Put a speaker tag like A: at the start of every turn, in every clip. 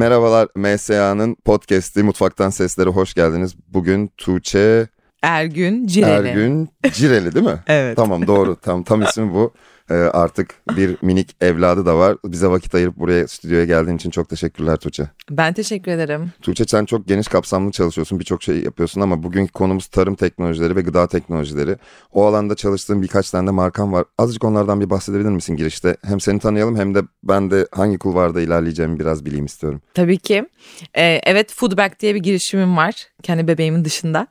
A: Merhabalar, MSA'nın podcast'i Mutfaktan Sesleri hoş geldiniz. Bugün Tuğçe...
B: Ergün Cireli değil mi?
A: Evet. Tamam, doğru. Tam ismi bu. Artık bir minik evladı da var. Bize vakit ayırıp buraya stüdyoya geldiğin için çok teşekkürler Tuğçe.
B: Ben teşekkür ederim.
A: Tuğçe, sen çok geniş kapsamlı çalışıyorsun. Birçok şey yapıyorsun ama bugünkü konumuz tarım teknolojileri ve gıda teknolojileri. O alanda çalıştığın birkaç tane de markan var. Azıcık onlardan bir bahsedebilir misin girişte? Hem seni tanıyalım hem de ben de hangi kulvarda ilerleyeceğimi biraz bileyim istiyorum.
B: Tabii ki. Evet, Foodback diye bir girişimim var. Kendi bebeğimin dışında.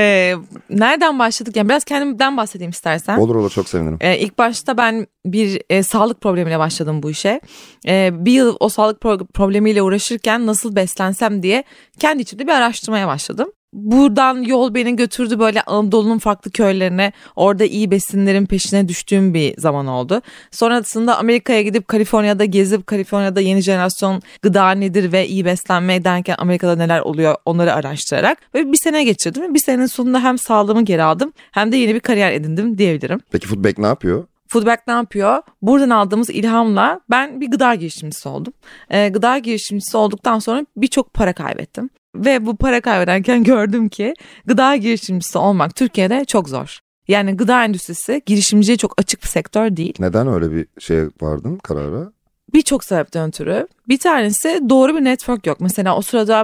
B: Nereden başladık? Yani biraz kendimden bahsedeyim istersen.
A: Olur, çok sevinirim.
B: İlk başta ben bir sağlık problemiyle başladım bu işe. Bir yıl o sağlık problemiyle uğraşırken nasıl beslensem diye kendi içimde bir araştırmaya başladım. Buradan yol beni götürdü böyle Anadolu'nun farklı köylerine. Orada iyi besinlerin peşine düştüğüm bir zaman oldu. Sonrasında Amerika'ya gidip Kaliforniya'da gezip Kaliforniya'da yeni jenerasyon gıda nedir ve iyi beslenme derken Amerika'da neler oluyor onları araştırarak ve bir sene geçirdim. Ve bir senenin sonunda hem sağlığımı geri aldım hem de yeni bir kariyer edindim diyebilirim.
A: Peki Foodback ne yapıyor?
B: Foodback ne yapıyor? Buradan aldığımız ilhamla ben bir gıda girişimcisi oldum. Gıda girişimcisi olduktan sonra birçok para kaybettim. Ve bu para kaybederken gördüm ki gıda girişimcisi olmak Türkiye'de çok zor. Yani gıda endüstrisi girişimciye çok açık bir sektör değil.
A: Neden öyle bir şeye vardın karara?
B: Birçok sebepten ötürü. Bir tanesi doğru bir network yok. Mesela o sırada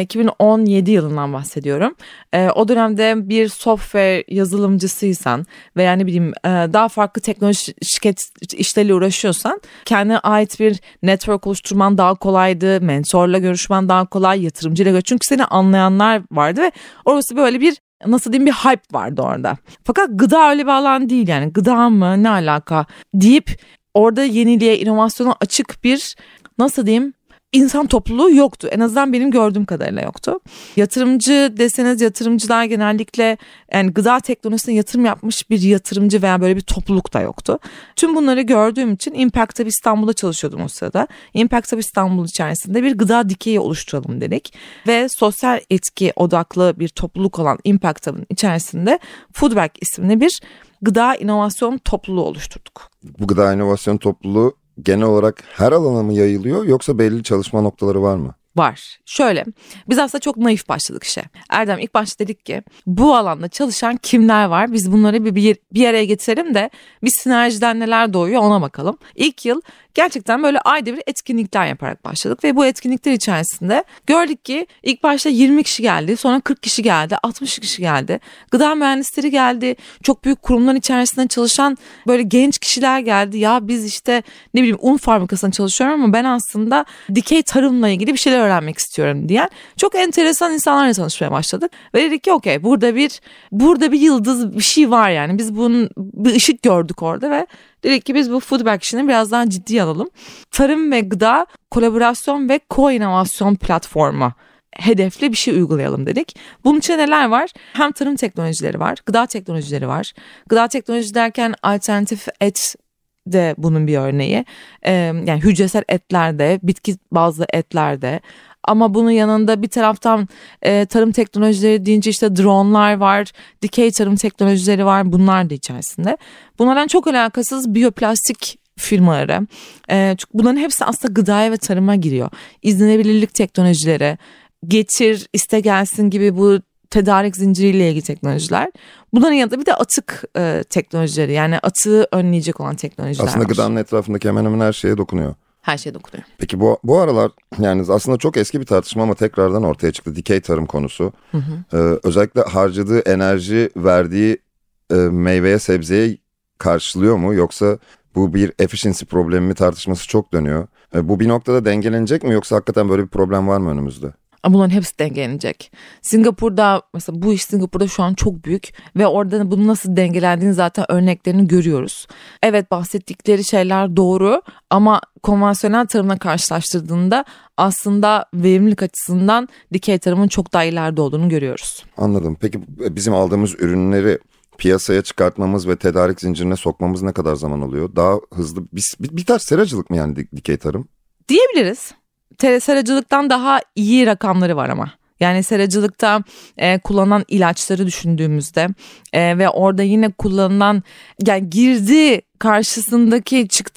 B: 2017 yılından bahsediyorum. O dönemde bir software yazılımcısıysan veya ne bileyim daha farklı teknoloji şirket işleriyle uğraşıyorsan kendine ait bir network oluşturman daha kolaydı. Mentorla görüşmen daha kolay, yatırımcıyla görüşmen. Çünkü seni anlayanlar vardı ve orası böyle bir nasıl diyeyim bir hype vardı orada. Fakat gıda öyle bir alan değil yani. Gıda mı ne alaka deyip orada yeniliğe, inovasyona açık bir nasıl diyeyim insan topluluğu yoktu. En azından benim gördüğüm kadarıyla yoktu. Yatırımcı deseniz yatırımcılar genellikle yani gıda teknolojisine yatırım yapmış bir yatırımcı veya böyle bir topluluk da yoktu. Tüm bunları gördüğüm için Impact Hub İstanbul'da çalışıyordum o sırada. Impact Hub İstanbul içerisinde bir gıda dikeyi oluşturalım dedik. Ve sosyal etki odaklı bir topluluk olan Impact Hub'ın içerisinde Foodback isimli bir gıda inovasyon topluluğu oluşturduk.
A: Bu gıda inovasyon topluluğu genel olarak her alana mı yayılıyor yoksa belli çalışma noktaları var mı?
B: Var. Şöyle, biz aslında çok naif başladık işe. Erdem ilk başta dedik ki bu alanda çalışan kimler var? Biz bunları bir araya getirelim de bir sinerjiden neler doğuyor ona bakalım. İlk yıl gerçekten böyle ayda bir etkinlikler yaparak başladık ve bu etkinlikler içerisinde gördük ki ilk başta 20 kişi geldi, sonra 40 kişi geldi, 60 kişi geldi. Gıda mühendisleri geldi, çok büyük kurumların içerisinde çalışan böyle genç kişiler geldi. Ya biz işte ne bileyim un fabrikasında çalışıyorum ama ben aslında dikey tarımla ilgili bir şeyler öğrenmek istiyorum diyen çok enteresan insanlarla tanışmaya başladık. Ve dedik ki okey burada bir yıldız bir şey var yani biz bunun bir ışık gördük orada ve dedik ki biz bu Foodback işini biraz daha ciddiye alalım. Tarım ve gıda kolaborasyon ve ko-inovasyon platformu hedefli bir şey uygulayalım dedik. Bunun için neler var? Hem tarım teknolojileri var, gıda teknolojileri var. Gıda teknoloji derken alternatif et de bunun bir örneği. Yani hücresel etlerde, bitki bazlı etlerde. Ama bunun yanında bir taraftan tarım teknolojileri deyince işte dronlar var, dikey tarım teknolojileri var. Bunlar da içerisinde. Bunlardan çok alakasız biyoplastik firmaları. Çünkü bunların hepsi aslında gıdaya ve tarıma giriyor. İzlenebilirlik teknolojileri, getir, iste gelsin gibi bu tedarik zinciriyle ilgili teknolojiler. Bunların yanında bir de atık teknolojileri yani atığı önleyecek olan teknolojiler
A: aslında
B: var.
A: Gıdanın etrafındaki hemen hemen her şeye dokunuyor.
B: Her şeye dokunuyor.
A: Peki bu aralar yani aslında çok eski bir tartışma ama tekrardan ortaya çıktı dikey tarım konusu. Hı hı. Özellikle harcadığı enerji verdiği meyveye sebzeye karşılıyor mu yoksa bu bir efficiency problemi mi tartışması çok dönüyor. Bu bir noktada dengelenecek mi yoksa hakikaten böyle bir problem var mı önümüzde?
B: Bunların hepsi dengelenecek. Singapur'da mesela bu iş Singapur'da şu an çok büyük ve orada bunun nasıl dengelendiğini zaten örneklerini görüyoruz. Evet bahsettikleri şeyler doğru ama konvansiyonel tarımla karşılaştırdığında aslında verimlilik açısından dikey tarımın çok daha ileride olduğunu görüyoruz.
A: Anladım. Peki bizim aldığımız ürünleri piyasaya çıkartmamız ve tedarik zincirine sokmamız ne kadar zaman alıyor? Daha hızlı bir tarz seracılık mı yani dikey tarım?
B: Diyebiliriz. Seracılıktan daha iyi rakamları var ama. Yani seracılıkta kullanılan ilaçları düşündüğümüzde ve orada yine kullanılan yani girdi karşısındaki çıktı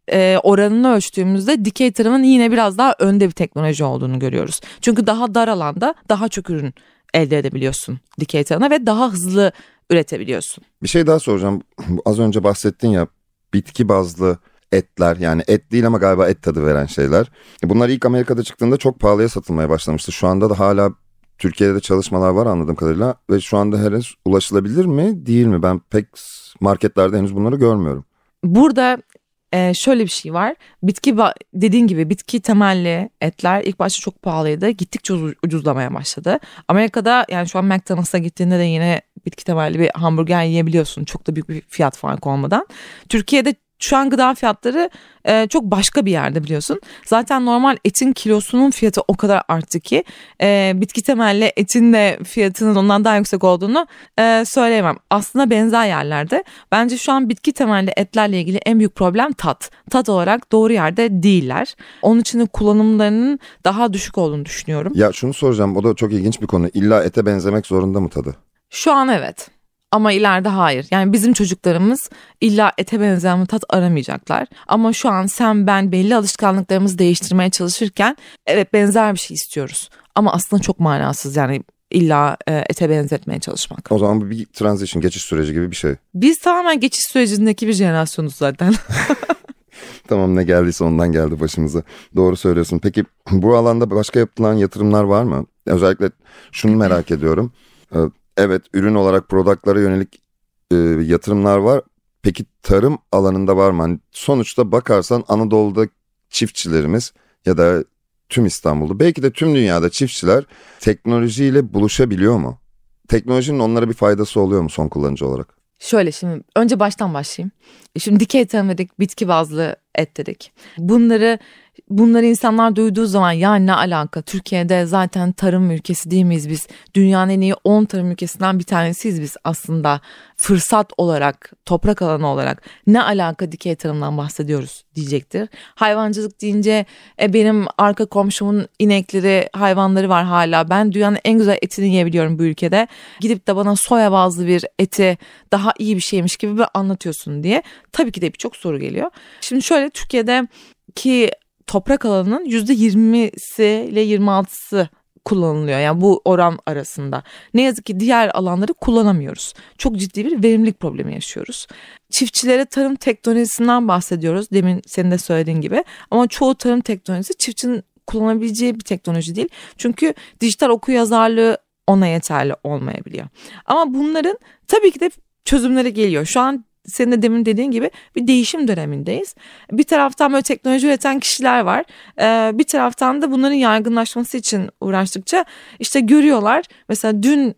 B: oranını ölçtüğümüzde dikey tarımın yine biraz daha önde bir teknoloji olduğunu görüyoruz. Çünkü daha dar alanda daha çok ürün elde edebiliyorsun dikey tarımda ve daha hızlı üretebiliyorsun.
A: Bir şey daha soracağım. Az önce bahsettin ya, bitki bazlı etler, yani et değil ama galiba et tadı veren şeyler. Bunlar ilk Amerika'da çıktığında çok pahalıya satılmaya başlamıştı. Şu anda da hala Türkiye'de de çalışmalar var anladığım kadarıyla ve şu anda henüz ulaşılabilir mi değil mi? Ben pek marketlerde henüz bunları görmüyorum.
B: Burada şöyle bir şey var. Dediğin gibi bitki temelli etler ilk başta çok pahalıydı. Gittikçe ucuzlamaya başladı. Amerika'da yani şu an McDonald's'a gittiğinde de yine bitki temelli bir hamburger yiyebiliyorsun. Çok da büyük bir fiyat farkı olmadan. Türkiye'de şu an gıda fiyatları çok başka bir yerde biliyorsun. Zaten normal etin kilosunun fiyatı o kadar arttı ki bitki temelli etin de fiyatının ondan daha yüksek olduğunu söyleyemem. Aslında benzer yerlerde. Bence şu an bitki temelli etlerle ilgili en büyük problem tat. Tat olarak doğru yerde değiller. Onun için de kullanımlarının daha düşük olduğunu düşünüyorum.
A: Ya şunu soracağım, o da çok ilginç bir konu. İlla ete benzemek zorunda mı tadı?
B: Şu an evet. Ama ileride hayır. Yani bizim çocuklarımız illa ete benzeyen bir tat aramayacaklar. Ama şu an sen ben belli alışkanlıklarımızı değiştirmeye çalışırken evet benzer bir şey istiyoruz. Ama aslında çok manasız yani illa ete benzetmeye çalışmak.
A: O zaman bu bir transition, geçiş süreci gibi bir şey.
B: Biz tamamen geçiş sürecindeki bir jenerasyonuz zaten.
A: Tamam, ne geldiyse ondan geldi başımıza. Doğru söylüyorsun. Peki bu alanda başka yapılan yatırımlar var mı? Özellikle şunu merak ediyorum. Evet, ürün olarak product'lara yönelik yatırımlar var. Peki tarım alanında var mı? Hani sonuçta bakarsan Anadolu'da çiftçilerimiz ya da tüm İstanbul'da, belki de tüm dünyada çiftçiler teknolojiyle buluşabiliyor mu? Teknolojinin onlara bir faydası oluyor mu son kullanıcı olarak?
B: Şöyle şimdi önce baştan başlayayım. Şimdi dikey tarım dedik, bitki bazlı et dedik. Bunları insanlar duyduğu zaman ya ne alaka, Türkiye'de zaten tarım ülkesi değil miyiz biz? Dünyanın en iyi 10 tarım ülkesinden bir tanesiyiz biz aslında. Fırsat olarak, toprak alanı olarak ne alaka dikey tarımdan bahsediyoruz diyecektir. Hayvancılık deyince benim arka komşumun inekleri, hayvanları var hala. Ben dünyanın en güzel etini yiyebiliyorum bu ülkede. Gidip de bana soya bazlı bir eti daha iyi bir şeymiş gibi bir anlatıyorsun diye. Tabii ki de birçok soru geliyor. Şimdi şöyle, Türkiye'deki toprak alanının %20'si ile 26'sı kullanılıyor. Yani bu oran arasında. Ne yazık ki diğer alanları kullanamıyoruz. Çok ciddi bir verimlilik problemi yaşıyoruz. Çiftçilere tarım teknolojisinden bahsediyoruz. Demin senin de söylediğin gibi. Ama çoğu tarım teknolojisi çiftçinin kullanabileceği bir teknoloji değil. Çünkü dijital okuryazarlığı ona yeterli olmayabiliyor. Ama bunların tabii ki de çözümleri geliyor. Şu an senin de demin dediğin gibi bir değişim dönemindeyiz. Bir taraftan böyle teknoloji üreten kişiler var. Bir taraftan da bunların yaygınlaşması için uğraştıkça işte görüyorlar. Mesela dün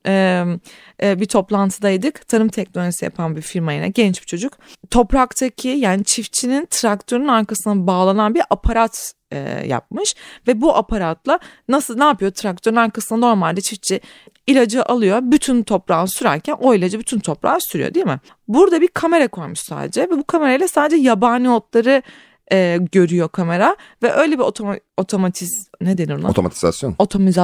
B: bir toplantıdaydık. Tarım teknolojisi yapan bir firma, yine genç bir çocuk. Topraktaki, yani çiftçinin traktörün arkasına bağlanan bir aparat yapmış ve bu aparatla ne yapıyor? Traktörün arkasına normalde çiftçi ilacı alıyor, bütün toprağı sürerken o ilacı bütün toprağa sürüyor değil mi? Burada bir kamera koymuş sadece ve bu kamerayla sadece yabani otları görüyor kamera ve öyle bir ne denir ona?
A: Otomatizasyon.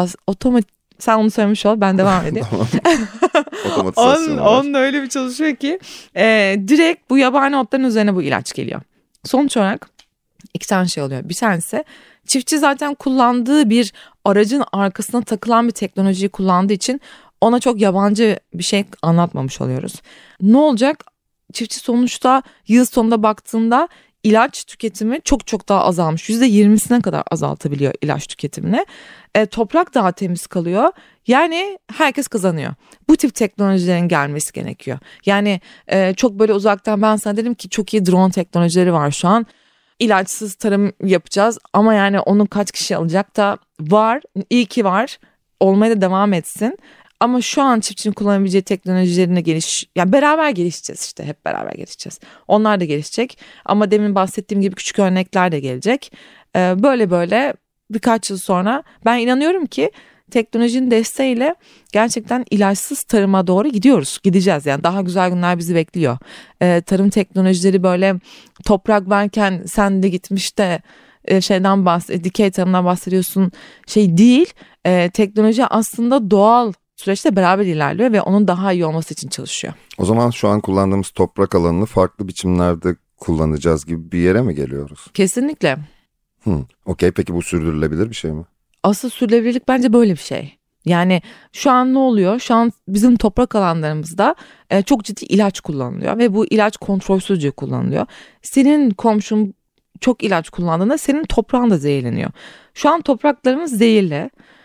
B: Sen onu söylemiş ol, ben devam edeyim.
A: Otomatizasyon
B: onun öyle bir çalışıyor ki direkt bu yabani otların üzerine bu ilaç geliyor. Sonuç olarak 2 tane şey oluyor. Bir tanesi, çiftçi zaten kullandığı bir aracın arkasına takılan bir teknolojiyi kullandığı için ona çok yabancı bir şey anlatmamış oluyoruz. Ne olacak? Çiftçi sonuçta yıl sonunda baktığında ilaç tüketimi çok daha azalmış. %20'sine kadar azaltabiliyor ilaç tüketimini. Toprak daha temiz kalıyor. Yani herkes kazanıyor. Bu tip teknolojilerin gelmesi gerekiyor. Yani çok böyle uzaktan ben sana dedim ki çok iyi drone teknolojileri var şu an. İlaçsız tarım yapacağız ama yani onu kaç kişi alacak da var. İyi ki var. Olmaya da devam etsin. Ama şu an çiftçinin kullanabileceği teknolojilerine yani beraber gelişeceğiz, işte hep beraber gelişeceğiz. Onlar da gelişecek ama demin bahsettiğim gibi küçük örnekler de gelecek. Böyle birkaç yıl sonra ben inanıyorum ki teknolojinin desteğiyle gerçekten ilaçsız tarıma doğru gideceğiz. Yani daha güzel günler bizi bekliyor. Tarım teknolojileri böyle toprak varken sen de gitmiş de dikey tarımdan bahsediyorsun değil. Teknoloji aslında doğal süreçte beraber ilerliyor ve onun daha iyi olması için çalışıyor.
A: O zaman şu an kullandığımız toprak alanını farklı biçimlerde kullanacağız gibi bir yere mi geliyoruz?
B: Kesinlikle.
A: Okey, peki bu sürdürülebilir bir şey mi?
B: Asıl sürdürülebilirlik bence böyle bir şey. Yani şu an ne oluyor? Şu an bizim toprak alanlarımızda çok ciddi ilaç kullanılıyor ve bu ilaç kontrolsüzce kullanılıyor. Senin komşun çok ilaç kullandığında senin toprağın da zehirleniyor. Şu an topraklarımız zehirli,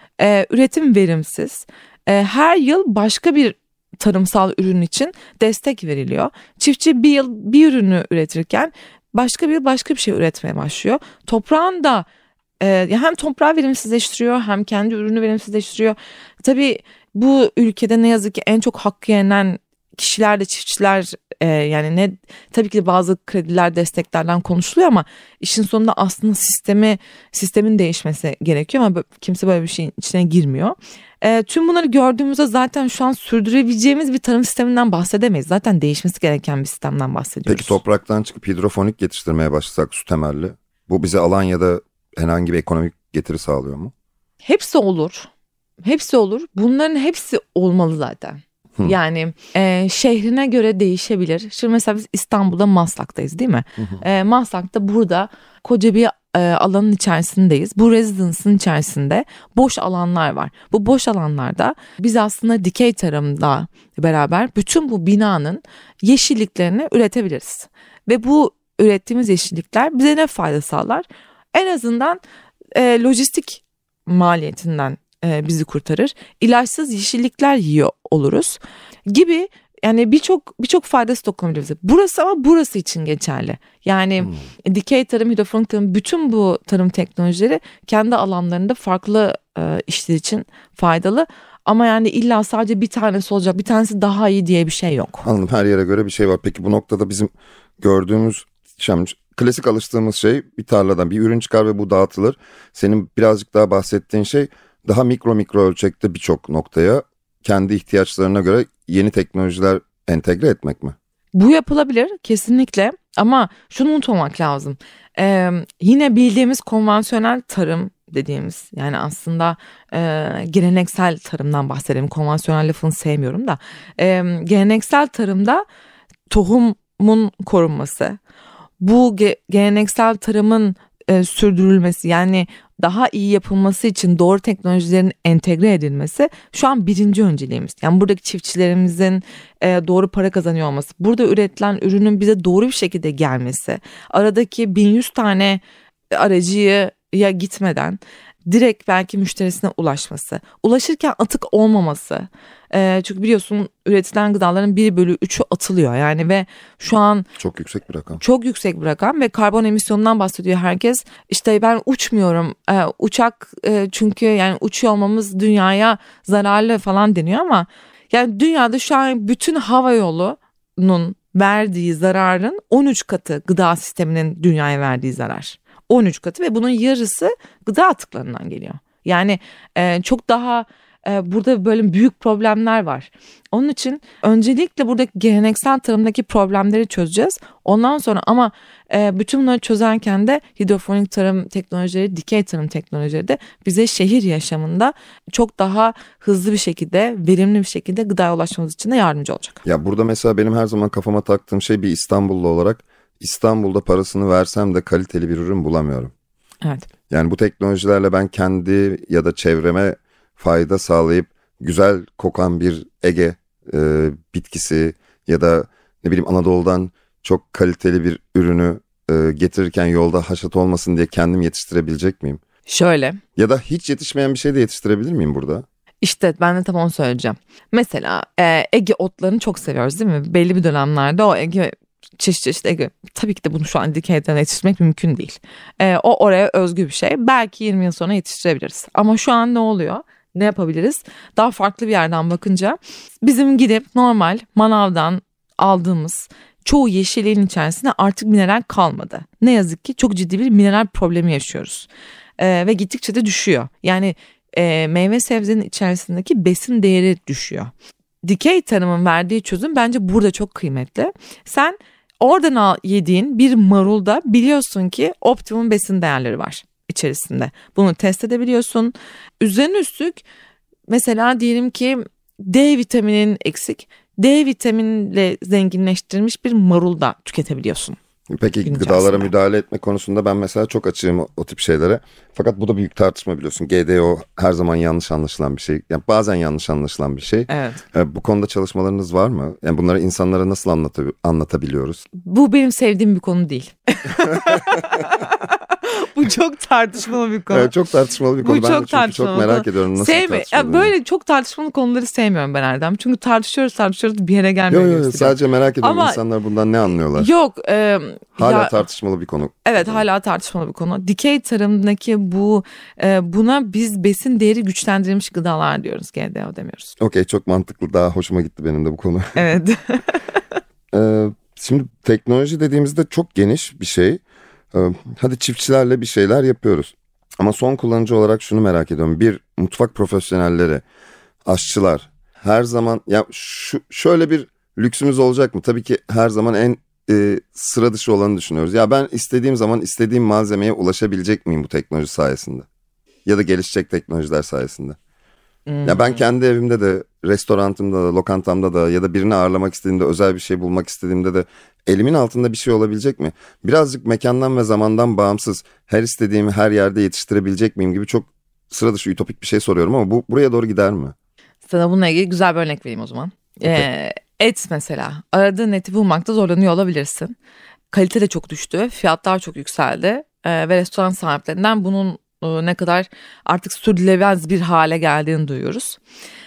B: üretim verimsiz. Her yıl başka bir tarımsal ürün için destek veriliyor. Çiftçi bir yıl bir ürünü üretirken başka bir şey üretmeye başlıyor. Toprağın da hem toprağı verimsizleştiriyor hem kendi ürünü verimsizleştiriyor. Tabii bu ülkede ne yazık ki en çok hakkı yenen kişiler de çiftçiler, yani ne tabii ki bazı krediler desteklerden konuşuluyor ama işin sonunda aslında sistemin değişmesi gerekiyor ama kimse böyle bir şeyin içine girmiyor. Tüm bunları gördüğümüzde zaten şu an sürdürebileceğimiz bir tarım sisteminden bahsedemeyiz. Zaten değişmesi gereken bir sistemden bahsediyoruz.
A: Peki topraktan çıkıp hidrofonik yetiştirmeye başlasak su temelli, bu bize Alanya'da herhangi bir ekonomik getiri sağlıyor mu?
B: Hepsi olur. Hepsi olur. Bunların hepsi olmalı zaten. Yani şehrine göre değişebilir. Şimdi mesela biz İstanbul'da Maslak'tayız değil mi? Maslak'ta burada koca bir alanın içerisindeyiz. Bu residence'ın içerisinde boş alanlar var. Bu boş alanlarda biz aslında dikey tarımda beraber bütün bu binanın yeşilliklerini üretebiliriz. Ve bu ürettiğimiz yeşillikler bize ne fayda sağlar? En azından lojistik maliyetinden bizi kurtarır. İlaçsız yeşillikler yiyor oluruz gibi, yani birçok faydası dokunabilir bize. Burası ama burası için geçerli. Yani dikey tarım, hidrofonik tarım, bütün bu tarım teknolojileri kendi alanlarında farklı işler için faydalı. Ama yani illa sadece bir tanesi olacak, bir tanesi daha iyi diye bir şey yok.
A: Anladım, her yere göre bir şey var. Peki bu noktada bizim gördüğümüz klasik alıştığımız şey, bir tarladan bir ürün çıkar ve bu dağıtılır. Senin birazcık daha bahsettiğin şey daha mikro ölçekte birçok noktaya kendi ihtiyaçlarına göre yeni teknolojiler entegre etmek mi?
B: Bu yapılabilir kesinlikle ama şunu unutmamak lazım. Yine bildiğimiz konvansiyonel tarım dediğimiz, yani aslında geleneksel tarımdan bahsedelim. Konvansiyonel lafını sevmiyorum da. Geleneksel tarımda tohumun korunması, bu geleneksel tarımın sürdürülmesi, yani daha iyi yapılması için doğru teknolojilerin entegre edilmesi şu an birinci önceliğimiz. Yani buradaki çiftçilerimizin doğru para kazanıyor olması, burada üretilen ürünün bize doğru bir şekilde gelmesi, aradaki 1100 tane aracıya gitmeden direkt belki müşterisine ulaşması, ulaşırken atık olmaması. Çünkü biliyorsun üretilen gıdaların 1/3'ü atılıyor yani ve şu an
A: çok yüksek bir rakam.
B: Çok yüksek bir rakam ve karbon emisyonundan bahsediyor herkes. İşte ben uçmuyorum, uçak çünkü yani uçuyor olmamız dünyaya zararlı falan deniyor ama yani dünyada şu an bütün hava yolunun verdiği zararın 13 katı gıda sisteminin dünyaya verdiği zarar. 13 katı ve bunun yarısı gıda atıklarından geliyor. Yani çok daha burada böyle büyük problemler var. Onun için öncelikle buradaki geleneksel tarımdaki problemleri çözeceğiz. Ondan sonra ama bütün bunları çözerken de hidrofonik tarım teknolojileri, dikey tarım teknolojileri de bize şehir yaşamında çok daha hızlı bir şekilde, verimli bir şekilde gıdaya ulaşmamız için de yardımcı olacak.
A: Ya burada mesela benim her zaman kafama taktığım şey, bir İstanbullu olarak İstanbul'da parasını versem de kaliteli bir ürün bulamıyorum.
B: Evet.
A: Yani bu teknolojilerle ben kendi ya da çevreme fayda sağlayıp güzel kokan bir Ege bitkisi ya da ne bileyim Anadolu'dan çok kaliteli bir ürünü getirirken yolda haşat olmasın diye kendim yetiştirebilecek miyim?
B: Şöyle.
A: Ya da hiç yetişmeyen bir şey de yetiştirebilir miyim burada?
B: İşte ben de tam onu söyleyeceğim. Mesela Ege otlarını çok seviyoruz değil mi? Belli bir dönemlerde o Ege çeşit Ege, tabii ki de bunu şu an dikeyden yetiştirmek mümkün değil. O oraya özgü bir şey. Belki 20 yıl sonra yetiştirebiliriz. Ama şu an ne oluyor? Ne yapabiliriz? Daha farklı bir yerden bakınca bizim gidip normal manavdan aldığımız çoğu yeşilliğin içerisinde artık mineral kalmadı. Ne yazık ki çok ciddi bir mineral problemi yaşıyoruz. Ve gittikçe de düşüyor. Yani meyve sebzenin içerisindeki besin değeri düşüyor. Dikey tarımın verdiği çözüm bence burada çok kıymetli. Sen oradan yediğin bir marulda biliyorsun ki optimum besin değerleri var içerisinde. Bunu test edebiliyorsun. Üzerine üstlük mesela diyelim ki D vitaminin eksik. D vitamininle zenginleştirilmiş bir marul da tüketebiliyorsun.
A: Peki
B: gün
A: gıdalara
B: içerisinde.
A: müdahale etme konusunda ben mesela çok açığım o tip şeylere. Fakat bu da büyük tartışma biliyorsun. GDO her zaman yanlış anlaşılan bir şey. Yani bazen yanlış anlaşılan bir şey.
B: Evet.
A: Bu konuda çalışmalarınız var mı? Yani bunları insanlara nasıl anlatabiliyoruz?
B: Bu benim sevdiğim bir konu değil. Bu çok tartışmalı bir konu.
A: Evet, çok tartışmalı bir konu.
B: Bu
A: Ben de
B: çok
A: çünkü çok merak ediyorum nasıl tartışmalı.
B: Böyle çok tartışmalı konuları sevmiyorum ben Erdem. Çünkü tartışıyoruz bir yere gelmiyor.
A: Yok sadece merak ediyorum insanlar bundan ne anlıyorlar?
B: Yok.
A: Hala tartışmalı bir konu.
B: Evet, hala tartışmalı bir konu. Dikey tarımdaki buna biz besin değeri güçlendirilmiş gıdalar diyoruz. GDO demiyoruz.
A: Okey, çok mantıklı, daha hoşuma gitti benim de bu konu.
B: Evet.
A: Şimdi teknoloji dediğimizde çok geniş bir şey. Hadi çiftçilerle bir şeyler yapıyoruz. Ama son kullanıcı olarak şunu merak ediyorum. Bir, mutfak profesyonelleri, aşçılar her zaman şöyle bir lüksümüz olacak mı? Tabii ki her zaman en sıra dışı olanı düşünüyoruz. Ya ben istediğim zaman istediğim malzemeye ulaşabilecek miyim bu teknoloji sayesinde? Ya da gelişecek teknolojiler sayesinde. Ya ben kendi evimde de, restorantımda da, lokantamda da ya da birini ağırlamak istediğimde, özel bir şey bulmak istediğimde de elimin altında bir şey olabilecek mi? Birazcık mekandan ve zamandan bağımsız her istediğimi her yerde yetiştirebilecek miyim gibi çok sıra dışı ütopik bir şey soruyorum ama bu buraya doğru gider mi?
B: Sana bununla ilgili güzel bir örnek vereyim o zaman.
A: Okay.
B: Et mesela. Aradığın eti bulmakta zorlanıyor olabilirsin. Kalite de çok düştü. Fiyatlar çok yükseldi. Ve restoran sahiplerinden bunun ne kadar artık sürdürülemez bir hale geldiğini duyuyoruz.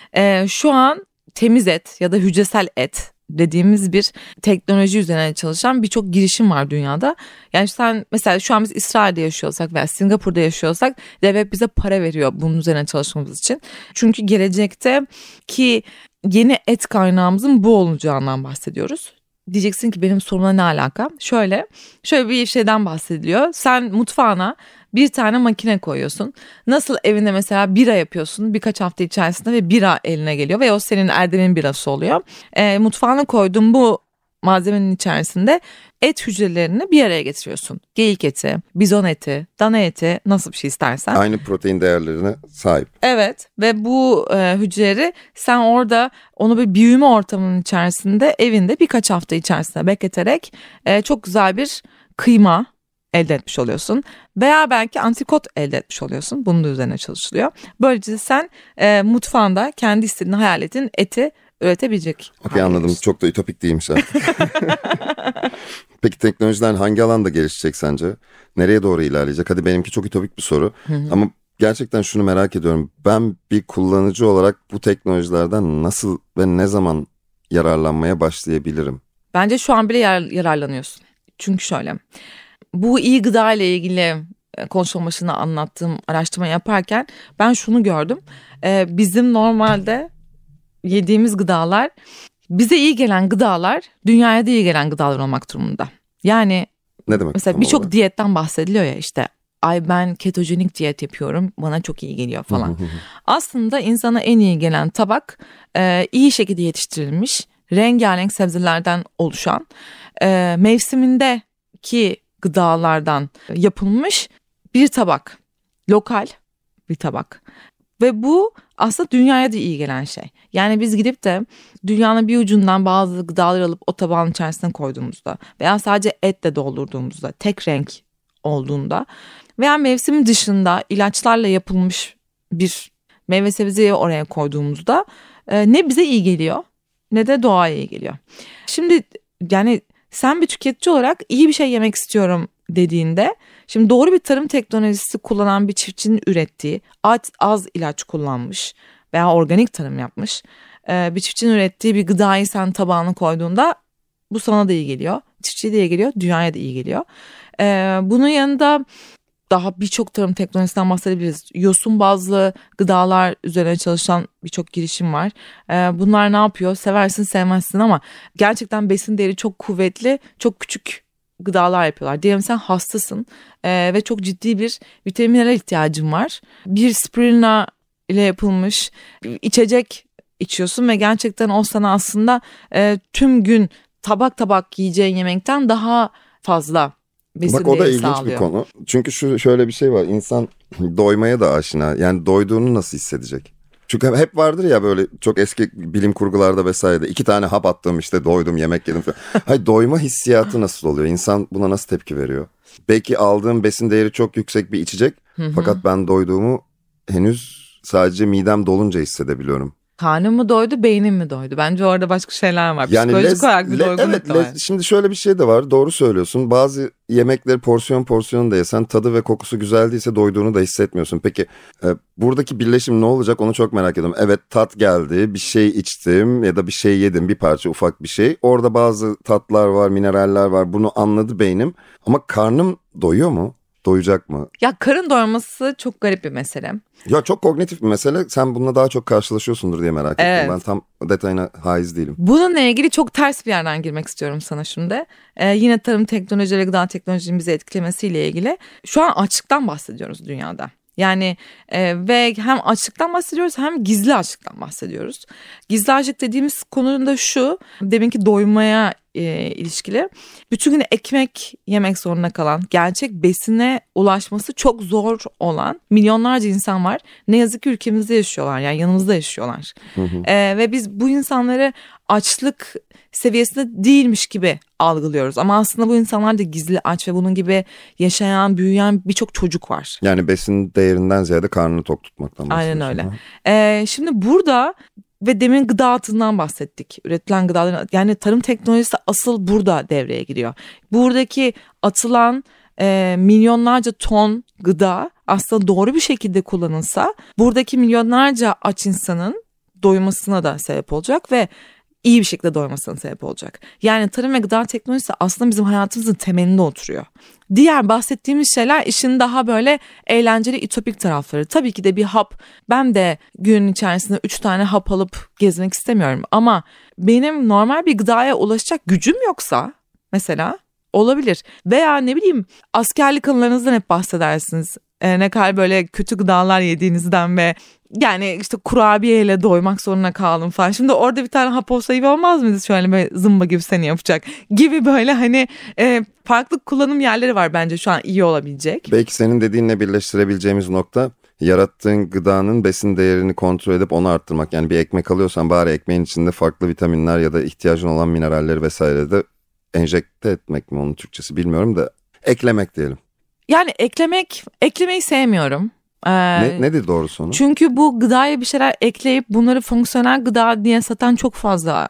B: Şu an temiz et ya da hücresel et dediğimiz bir teknoloji üzerine çalışan birçok girişim var dünyada. Yani sen mesela şu an biz İsrail'de yaşıyorsak veya Singapur'da yaşıyorsak devlet bize para veriyor bunun üzerine çalışmamız için. Çünkü gelecekte ki yeni et kaynağımızın bu olacağından bahsediyoruz. Diyeceksin ki benim sorumla ne alaka? Şöyle bir şeyden bahsediliyor. Sen mutfağına bir tane makine koyuyorsun. Nasıl evinde mesela bira yapıyorsun birkaç hafta içerisinde ve bira eline geliyor ve o senin Erdem'in birası oluyor. Mutfağına koyduğun bu malzemenin içerisinde et hücrelerini bir araya getiriyorsun. Geyik eti, bizon eti, dana eti, nasıl bir şey istersen.
A: Aynı protein değerlerine sahip.
B: Evet ve bu hücreleri sen orada onu bir büyüme ortamının içerisinde evinde birkaç hafta içerisinde bekleterek çok güzel bir kıyma elde etmiş oluyorsun. Veya belki antrikot elde etmiş oluyorsun. Bunun da üzerine çalışılıyor. Böylece sen mutfağında kendi istediğin hayal ettiğin eti üretebilecek.
A: Okey, anladım. Çok da ütopik değilmiş artık. Peki teknolojiler hangi alanda gelişecek sence? Nereye doğru ilerleyecek? Hadi benimki çok ütopik bir soru. Ama gerçekten şunu merak ediyorum. Ben bir kullanıcı olarak bu teknolojilerden nasıl ve ne zaman yararlanmaya başlayabilirim?
B: Bence şu an bile yararlanıyorsun. Çünkü şöyle. Bu iyi gıda ile ilgili konuşma başında anlattığım araştırma yaparken ben şunu gördüm. Bizim normalde yediğimiz gıdalar, bize iyi gelen gıdalar dünyaya da iyi gelen gıdalar olmak durumunda. Yani
A: ne demek?
B: Mesela birçok diyetten bahsediliyor ya, işte ay ben ketojenik diyet yapıyorum bana çok iyi geliyor falan. Aslında insana en iyi gelen tabak iyi şekilde yetiştirilmiş rengarenk sebzelerden oluşan mevsimindeki gıdalardan yapılmış bir tabak. Lokal bir tabak. Ve bu aslında dünyaya da iyi gelen şey. Yani biz gidip de dünyanın bir ucundan bazı gıdaları alıp o tabağın içerisine koyduğumuzda veya sadece etle doldurduğumuzda, tek renk olduğunda veya mevsim dışında ilaçlarla yapılmış bir meyve sebzeyi oraya koyduğumuzda ne bize iyi geliyor ne de doğaya iyi geliyor. Şimdi yani sen bir tüketici olarak iyi bir şey yemek istiyorum dediğinde, şimdi doğru bir tarım teknolojisi kullanan bir çiftçinin ürettiği, az ilaç kullanmış veya organik tarım yapmış bir çiftçinin ürettiği bir gıdayı sen tabağına koyduğunda bu sana da iyi geliyor, çiftçiye de iyi geliyor, dünyaya da iyi geliyor. Bunun yanında daha birçok tarım teknolojisinden bahsedebiliriz. Yosun bazlı gıdalar üzerine çalışan birçok girişim var. Bunlar ne yapıyor? Seversin sevmezsin ama gerçekten besin değeri çok kuvvetli, çok küçük gıdalar yapıyorlar. Diyelim sen hastasın ve çok ciddi bir vitaminlere ihtiyacın var. Bir spirulina ile yapılmış içecek içiyorsun ve gerçekten o sana aslında tüm gün tabak tabak yiyeceğin yemekten daha fazla besin
A: Bak, o da
B: değeri
A: ilginç
B: sağlıyor.
A: bir konu. Çünkü şöyle bir şey var. İnsan doymaya da aşina. Yani doyduğunu nasıl hissedecek? Çünkü hep vardır ya böyle çok eski bilim kurgularda vesaire, 2 tane hap attım işte doydum yemek yedim falan. Hayır, doyma hissiyatı nasıl oluyor? İnsan buna nasıl tepki veriyor? Belki aldığım besin değeri çok yüksek bir içecek fakat ben doyduğumu henüz sadece midem dolunca hissedebiliyorum.
B: Karnım mı doydu, beynim mi doydu? Bence orada başka şeyler var.
A: Yani
B: Psikolojik olarak bir doygunluk da var.
A: Şimdi şöyle bir şey de var, doğru söylüyorsun. Bazı yemekleri porsiyon da yesen tadı ve kokusu güzel değilse doyduğunu da hissetmiyorsun. Peki buradaki birleşim ne olacak onu çok merak ediyorum. Evet, tat geldi, bir şey içtim ya da bir şey yedim, bir parça ufak bir şey. Orada bazı tatlar var, mineraller var, bunu anladı beynim. Ama karnım doyuyor mu? Doyacak mı?
B: Ya karın doyması çok garip bir mesele.
A: Ya çok kognitif bir mesele. Sen bununla daha çok karşılaşıyorsundur diye merak ettim.
B: Evet.
A: Ben tam detayına haiz değilim.
B: Bununla ilgili çok ters bir yerden girmek istiyorum sana şimdi. Yine tarım teknolojileri, gıda teknolojinin bizi etkilemesiyle ilgili. Şu an açlıktan bahsediyoruz dünyada. Yani ve hem açlıktan bahsediyoruz hem gizli açlıktan bahsediyoruz. Gizli açlık dediğimiz konunun da şu, deminki doymaya ilişkili. Bütün gün ekmek yemek zorunda kalan, gerçek besine ulaşması çok zor olan milyonlarca insan var. Ne yazık ki ülkemizde yaşıyorlar, yani yanımızda yaşıyorlar. Ve biz bu insanları açlık seviyesinde değilmiş gibi algılıyoruz. Ama aslında bu insanlar da gizli aç ve bunun gibi yaşayan, büyüyen birçok çocuk var.
A: Yani besin değerinden ziyade karnını tok tutmaktan bahsediyorsun.
B: Aynen öyle. Şimdi burada ve demin gıda atığından bahsettik. Üretilen gıdaların, yani tarım teknolojisi asıl burada devreye giriyor. Buradaki atılan milyonlarca ton gıda aslında doğru bir şekilde kullanılsa buradaki milyonlarca aç insanın doymasına da sebep olacak ve iyi bir şekilde doymasına sebep olacak. Yani tarım ve gıda teknolojisi aslında bizim hayatımızın temelinde oturuyor. Diğer bahsettiğimiz şeyler işin daha böyle eğlenceli, ütopik tarafları. Tabii ki de bir hap, ben de günün içerisinde 3 tane hap alıp gezmek istemiyorum. Ama benim normal bir gıdaya ulaşacak gücüm yoksa mesela olabilir. Veya ne bileyim, askerlik anılarınızdan hep bahsedersiniz. Ne kadar böyle kötü gıdalar yediğinizden ve yani işte kurabiyeyle doymak zorunda kaldım falan. Şimdi orada bir tane hap olsa iyi olmaz mıydı? Şöyle böyle zımba gibi seni yapacak gibi, böyle hani farklı kullanım yerleri var bence şu an iyi olabilecek.
A: Belki senin dediğinle birleştirebileceğimiz nokta, yarattığın gıdanın besin değerini kontrol edip onu arttırmak. Yani bir ekmek alıyorsan bari ekmeğin içinde farklı vitaminler ya da ihtiyacın olan mineralleri vesaire de enjekte etmek mi, onun Türkçesi bilmiyorum da eklemek diyelim.
B: Yani eklemeyi sevmiyorum.
A: Nedir doğrusu onu?
B: Çünkü bu gıdaya bir şeyler ekleyip bunları fonksiyonel gıda diye satan çok fazla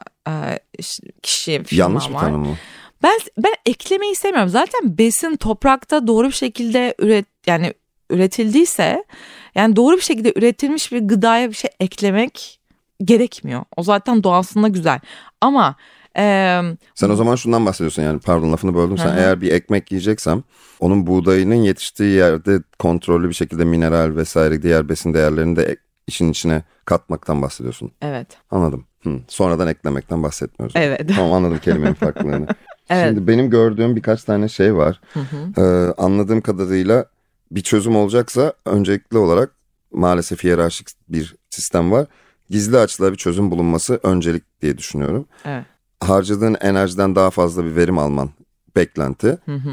B: kişi, firma
A: Yanlış bir
B: var.
A: tanım mı?
B: Ben eklemeyi sevmiyorum. Zaten besin toprakta doğru bir şekilde üretildiyse, yani doğru bir şekilde üretilmiş bir gıdaya bir şey eklemek gerekmiyor. O zaten doğasında güzel. Ama
A: sen o zaman şundan bahsediyorsun, yani pardon lafını böldüm. Sen eğer bir ekmek yiyeceksem onun buğdayının yetiştiği yerde kontrollü bir şekilde mineral vesaire diğer besin değerlerini de işin içine katmaktan bahsediyorsun.
B: Evet.
A: Anladım. Sonradan eklemekten bahsetmiyoruz.
B: Evet.
A: Tamam, anladım kelimenin farklılığını.
B: Evet.
A: Şimdi benim gördüğüm birkaç tane şey var. Anladığım kadarıyla bir çözüm olacaksa öncelikli olarak maalesef hiyerarşik bir sistem var. Gizli açlığa bir çözüm bulunması öncelik diye düşünüyorum.
B: Evet.
A: Harcadığın enerjiden daha fazla bir verim alman beklenti.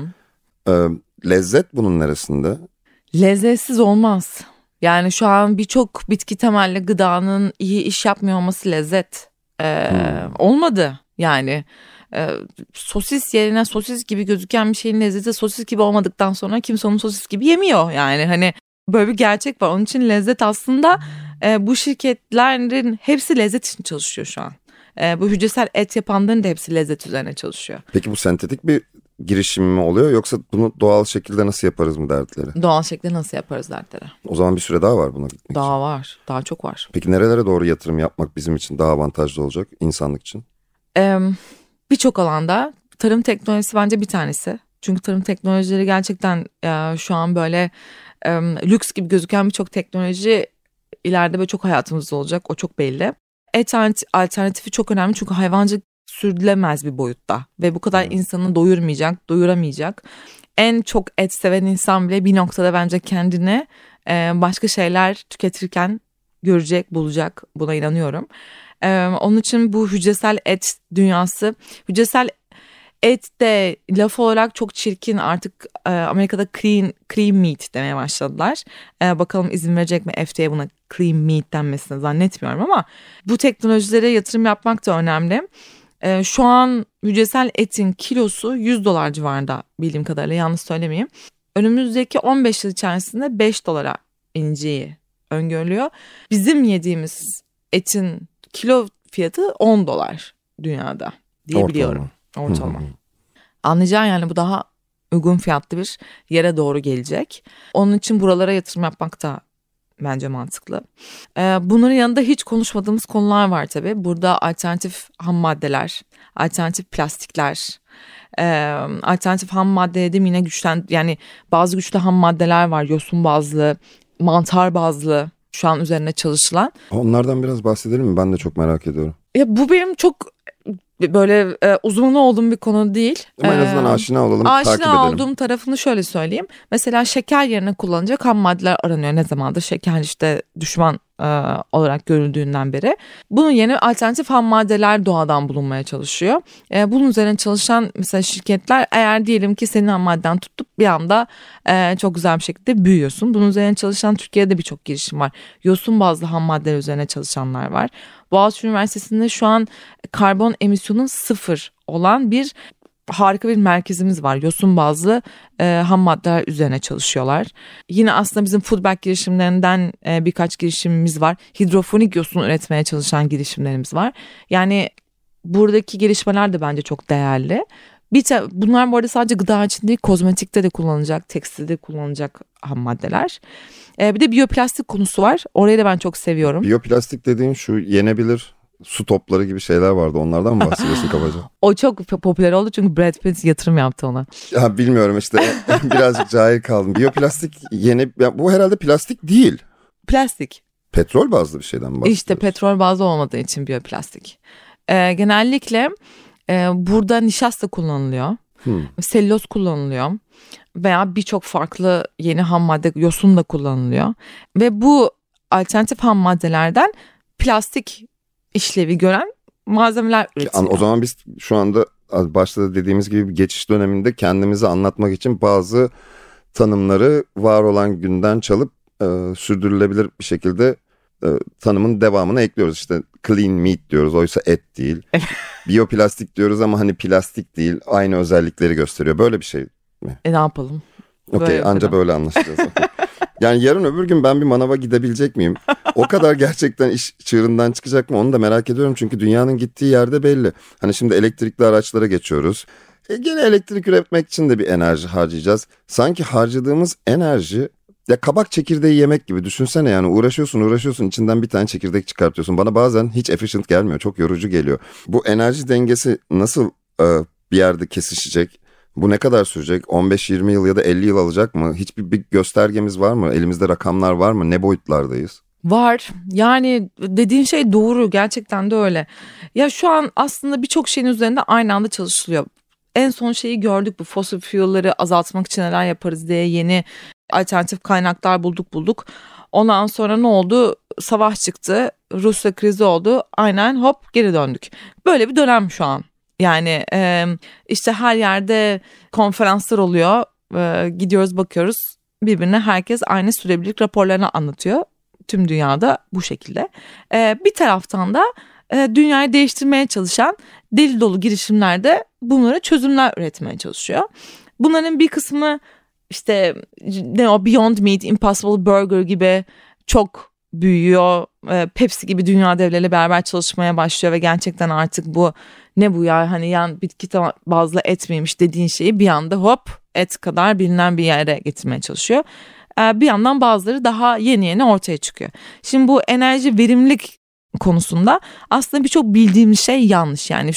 A: Lezzet bunun neresinde?
B: Lezzetsiz olmaz. Yani şu an birçok bitki temelli gıdanın iyi iş yapmıyor olması lezzet. Olmadı yani. Sosis yerine sosis gibi gözüken bir şeyin lezzeti sosis gibi olmadıktan sonra kimse onu sosis gibi yemiyor. Yani hani böyle bir gerçek var. Onun için lezzet aslında bu şirketlerin hepsi lezzet için çalışıyor şu an. Bu hücresel et yapanların da hepsi lezzet üzerine çalışıyor.
A: Peki bu sentetik bir girişim mi oluyor yoksa bunu doğal şekilde nasıl yaparız mı dertleri?
B: Doğal şekilde nasıl yaparız dertleri.
A: O zaman bir süre daha var buna gitmek
B: Daha
A: için.
B: var. Daha çok var.
A: Peki nerelere doğru yatırım yapmak bizim için daha avantajlı olacak insanlık için?
B: Birçok alanda tarım teknolojisi bence bir tanesi. Çünkü tarım teknolojileri gerçekten şu an böyle lüks gibi gözüken birçok teknoloji ileride böyle çok hayatımızda olacak. O çok belli. Et alternatifi çok önemli çünkü hayvancılık sürdürülemez bir boyutta ve bu kadar insanı doyuramayacak. En çok et seven insan bile bir noktada bence kendini başka şeyler tüketirken görecek, bulacak. Buna inanıyorum. Onun için bu hücresel et dünyası, hücresel Et de laf olarak çok çirkin, artık Amerika'da clean meat demeye başladılar. Bakalım izin verecek mi FDA buna clean meat denmesine, zannetmiyorum ama bu teknolojilere yatırım yapmak da önemli. Şu an hücresel etin kilosu $100 civarında bildiğim kadarıyla, yanlış söylemeyeyim. Önümüzdeki 15 yıl içerisinde $5 ineceği öngörülüyor. Bizim yediğimiz etin kilo fiyatı $10 dünyada diyebiliyorum. Ortalama. Anlayacağın yani bu daha uygun fiyatlı bir yere doğru gelecek. Onun için buralara yatırım yapmak da bence mantıklı. Bunların yanında hiç konuşmadığımız konular var tabii. Burada alternatif ham maddeler, alternatif plastikler, alternatif ham madde dedim yine yani bazı güçlü ham maddeler var. Yosun bazlı, mantar bazlı şu an üzerine çalışılan.
A: Onlardan biraz bahsedelim mi? Ben de çok merak ediyorum.
B: Ya bu benim çok böyle uzmanı olduğum bir konu değil.
A: Ama en azından aşina olalım, takip edelim.
B: Aşina olduğum tarafını şöyle söyleyeyim. Mesela şeker yerine kullanılacak ham maddeler aranıyor. Ne zamandır şeker işte düşman olarak görüldüğünden beri. Bunun yerine alternatif ham maddeler doğadan bulunmaya çalışıyor. Bunun üzerine çalışan mesela şirketler, eğer diyelim ki senin ham madden tutup bir anda çok güzel bir şekilde büyüyorsun. Bunun üzerine çalışan Türkiye'de birçok girişim var. Yosun bazlı ham maddeler üzerine çalışanlar var. Boğaziçi Üniversitesi'nde şu an karbon emisyonu 0 olan bir harika bir merkezimiz var. Yosun bazlı ham maddeler üzerine çalışıyorlar. Yine aslında bizim Foodback girişimlerinden birkaç girişimimiz var. Hidrofonik yosun üretmeye çalışan girişimlerimiz var. Yani buradaki gelişmeler de bence çok değerli. Bunlar bu arada sadece gıda için değil, kozmetikte de kullanılacak, tekstilde kullanılacak ham maddeler. Bir de biyoplastik konusu var. Orayı da ben çok seviyorum.
A: Biyoplastik dediğin şu yenebilir su topları gibi şeyler vardı. Onlardan mı bahsediyorsun kabaca?
B: O çok popüler oldu çünkü Brad Pitt yatırım yaptı ona.
A: Ya bilmiyorum işte birazcık cahil kaldım. Biyoplastik bu herhalde plastik değil.
B: Plastik.
A: Petrol bazlı bir şeyden mi bahsediyoruz?
B: İşte petrol bazlı olmadığı için biyoplastik. Genellikle burada nişasta kullanılıyor. Selüloz kullanılıyor. Veya birçok farklı yeni ham madde, yosun da kullanılıyor. Ve bu alternatif ham maddelerden plastik işlevi gören malzemeler üretiliyor.
A: O zaman biz şu anda başta da dediğimiz gibi bir geçiş döneminde kendimizi anlatmak için bazı tanımları var olan günden çalıp sürdürülebilir bir şekilde tanımın devamını ekliyoruz. İşte clean meat diyoruz, oysa et değil. Biyoplastik diyoruz ama hani plastik değil, aynı özellikleri gösteriyor. Böyle bir şey mi?
B: Ne yapalım?
A: Okey, anca böyle anlaşacağız. Yani yarın öbür gün ben bir manava gidebilecek miyim? O kadar gerçekten iş çığırından çıkacak mı onu da merak ediyorum. Çünkü dünyanın gittiği yerde belli. Hani şimdi elektrikli araçlara geçiyoruz. Gene elektrik üretmek için de bir enerji harcayacağız. Sanki harcadığımız enerji ya kabak çekirdeği yemek gibi, düşünsene yani uğraşıyorsun içinden bir tane çekirdek çıkartıyorsun. Bana bazen hiç efficient gelmiyor, çok yorucu geliyor. Bu enerji dengesi nasıl bir yerde kesişecek? Bu ne kadar sürecek? 15-20 yıl ya da 50 yıl alacak mı? Hiçbir bir göstergemiz var mı? Elimizde rakamlar var mı? Ne boyutlardayız?
B: Var. Yani dediğin şey doğru. Gerçekten de öyle. Ya şu an aslında birçok şeyin üzerinde aynı anda çalışılıyor. En son şeyi gördük, bu fossil fuel'ları azaltmak için neler yaparız diye yeni alternatif kaynaklar bulduk. Ondan sonra ne oldu? Savaş çıktı. Rusya krizi oldu. Aynen hop geri döndük. Böyle bir dönem şu an. Yani işte her yerde konferanslar oluyor. Gidiyoruz bakıyoruz birbirine, herkes aynı sürdürülebilirlik raporlarını anlatıyor. Tüm dünyada bu şekilde. Bir taraftan da dünyayı değiştirmeye çalışan deli dolu girişimlerde bunlara çözümler üretmeye çalışıyor. Bunların bir kısmı işte Beyond Meat, Impossible Burger gibi çok büyüyor. Pepsi gibi dünya devleriyle beraber çalışmaya başlıyor ve gerçekten artık bu ne bu ya, hani yan bitki bazlı et miymiş dediğin şeyi bir anda hop et kadar bilinen bir yere getirmeye çalışıyor. Bir yandan bazıları daha yeni ortaya çıkıyor. Şimdi bu enerji verimlilik konusunda aslında birçok bildiğimiz şey yanlış. Yani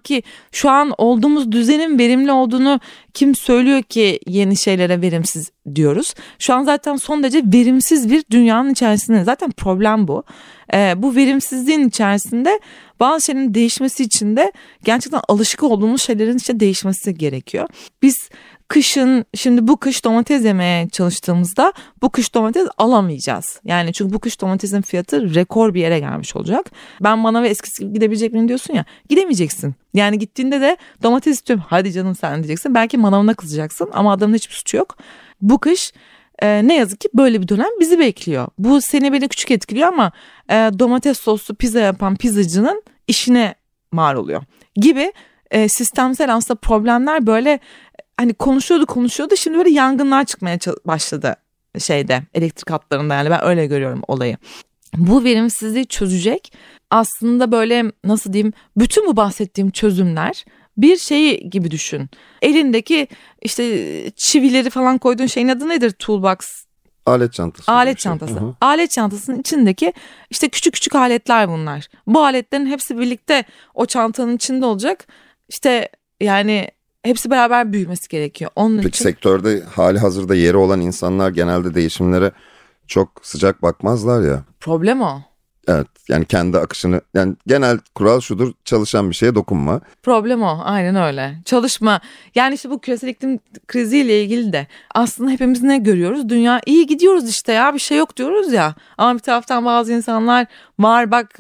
B: şu an olduğumuz düzenin verimli olduğunu kim söylüyor ki yeni şeylere verimsiz diyoruz. Şu an zaten son derece verimsiz bir dünyanın içerisinde. Zaten problem bu. Bu verimsizliğin içerisinde bazı şeylerin değişmesi için de gerçekten alışık olduğumuz şeylerin işte değişmesi gerekiyor. Biz kışın, şimdi bu kış domates yemeye çalıştığımızda bu kış domates alamayacağız. Yani çünkü bu kış domatesin fiyatı rekor bir yere gelmiş olacak. Ben manava eskisi gibi gidebilecek miyim diyorsun ya, gidemeyeceksin. Yani gittiğinde de domates istiyorum, hadi canım sen diyeceksin. Belki manavına kızacaksın ama adamın hiçbir suçu yok. Bu kış ne yazık ki böyle bir dönem bizi bekliyor. Bu seni beni küçük etkiliyor ama domates soslu pizza yapan pizzacının işine mal oluyor gibi sistemsel aslında problemler böyle hani konuşuyordu şimdi böyle yangınlar çıkmaya başladı elektrik hatlarında, yani ben öyle görüyorum olayı. Bu verimsizliği çözecek aslında böyle nasıl diyeyim, bütün bu bahsettiğim çözümler bir şeyi gibi düşün. Elindeki işte çivileri falan koyduğun şeyin adı nedir? Toolbox.
A: Alet çantası.
B: Alet çantası. Hı-hı. Alet çantasının içindeki işte küçük küçük aletler bunlar. Bu aletlerin hepsi birlikte o çantanın içinde olacak. İşte yani hepsi beraber büyümesi gerekiyor. Onun
A: Peki
B: için...
A: sektörde hali hazırda yeri olan insanlar genelde değişimlere çok sıcak bakmazlar ya.
B: Problem o.
A: Evet, yani kendi akışını, yani genel kural şudur: çalışan bir şeye dokunma.
B: Problem o, aynen öyle. Çalışma. Yani işte bu küresel iklim kriziyle ilgili de aslında hepimiz ne görüyoruz? Dünya iyi gidiyoruz işte ya, bir şey yok diyoruz ya. Ama bir taraftan bazı insanlar var bak,